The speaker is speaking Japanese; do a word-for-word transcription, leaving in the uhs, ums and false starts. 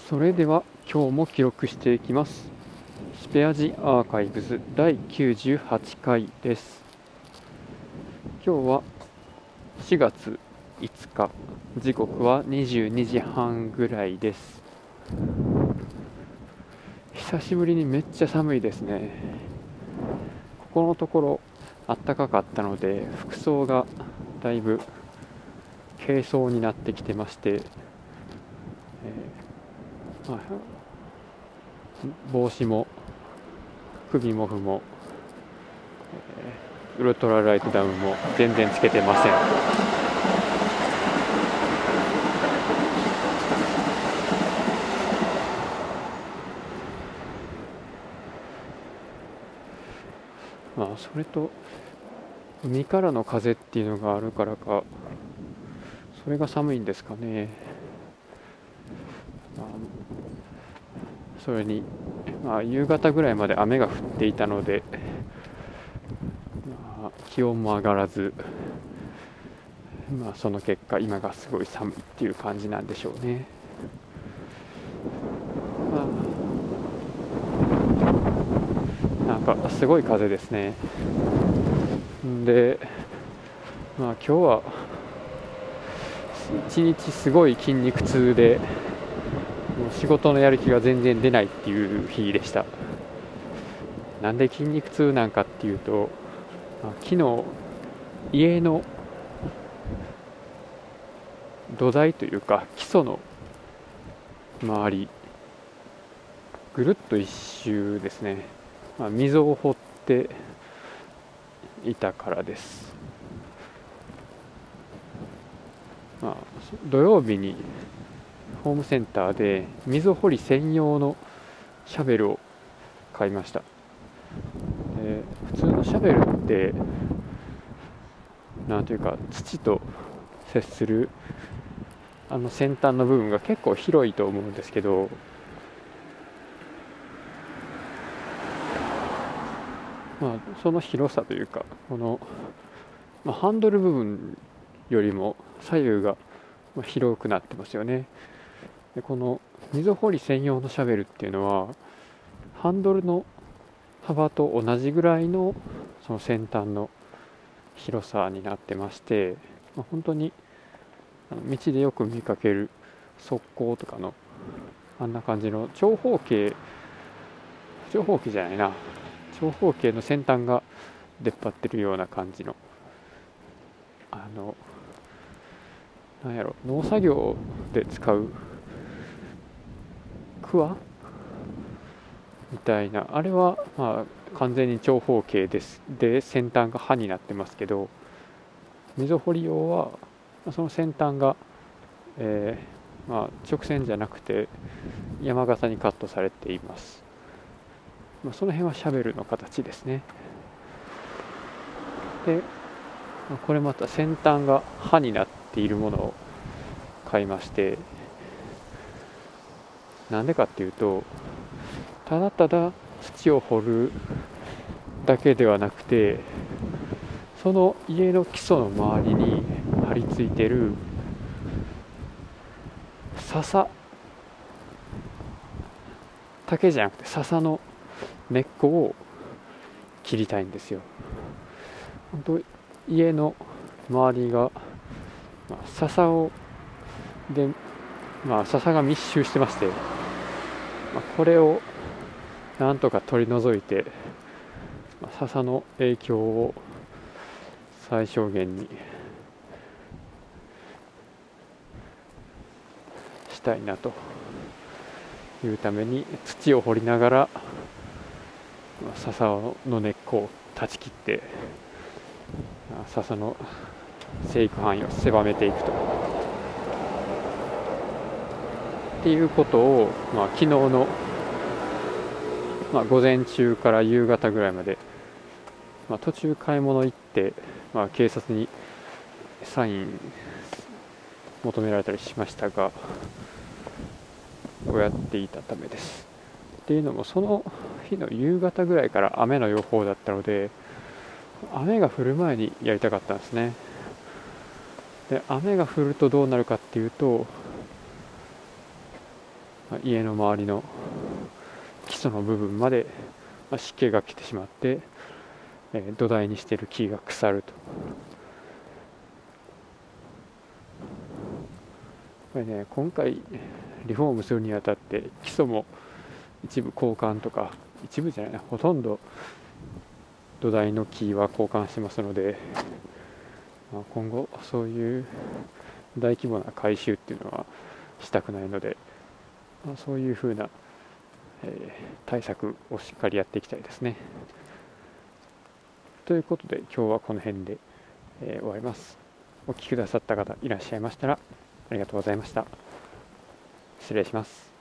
それでは今日も記録していきます。スペアジアーカイブズだいきゅうじゅうはちかいです。今日はしがついつか、時刻はにじゅうにじはんぐらいです。久しぶりにめっちゃ寒いですね。ここのところ暖かかったので服装がだいぶ軽装になってきてまして、えーまあ、帽子も首もふも、えーウルトラライトダウンも全然つけてません。まあそれと海からの風っていうのがあるからか、それが寒いんですかね。まあ、それに、まあ、夕方ぐらいまで雨が降っていたので、まあ、気温も上がらず、まあ、その結果今がすごい寒いっていう感じなんでしょうね。まあ、なんかすごい風ですね。で、まあ、今日は一日すごい筋肉痛で、もう仕事のやる気が全然出ないっていう日でした。なんで筋肉痛なんかっていうと、まあ、昨日家の土台というか基礎の周りぐるっと一周ですね、まあ、溝を掘っていたからです。まあ、土曜日にホームセンターで溝掘り専用のシャベルを買いました。で、普通のシャベルってなんというか土と接するあの先端の部分が結構広いと思うんですけど、まあ、その広さというかこの、まあ、ハンドル部分よりも左右が広くなってますよね。でこの溝掘り専用のシャベルっていうのはハンドルの幅と同じぐらいのその先端の広さになってまして、まあ、本当に道でよく見かける側溝とかのあんな感じの長方形長方形じゃないな長方形の先端が出っ張ってるような感じの、あのなんやろ農作業で使うクワみたいな、あれはまあ完全に長方形ですで先端が刃になってますけど、溝掘り用はその先端が、えーまあ、直線じゃなくて山形にカットされています。まあ、その辺はシャベルの形ですね。でこれまた先端が刃になっているものを買いまして、なんでかっていうと、ただただ土を掘るだけではなくて、その家の基礎の周りに張り付いてる笹竹じゃなくて笹の根っこを切りたいんですよ。本当家の周りが、まあ、笹をで、まあ、笹が密集してまして、まあ、これをなんとか取り除いて、まあ、笹の影響を最小限にしたいなというために土を掘りながら、まあ、笹の根っこを断ち切って笹の生育範囲を狭めていくとっていうことを、まあ、昨日の、まあ、午前中から夕方ぐらいまで、まあ、途中買い物行って、まあ、警察にサイン求められたりしましたが、をやっていたためです。っていうのもその日の夕方ぐらいから雨の予報だったので、雨が降る前にやりたかったんですね。で雨が降るとどうなるかっていうと、 家の周りの基礎の部分まで湿気が来てしまって、えー、土台にしている木が腐ると。これね、今回リフォームするにあたって基礎も一部交換とか、一部じゃないな、ほとんど土台の木は交換してますので、まあ、今後そういう大規模な改修っていうのはしたくないので、まあ、そういうふうな、えー、対策をしっかりやっていきたいですね。ということで今日はこの辺で、えー、終わります。お聞きくださった方いらっしゃいましたらありがとうございました。失礼します。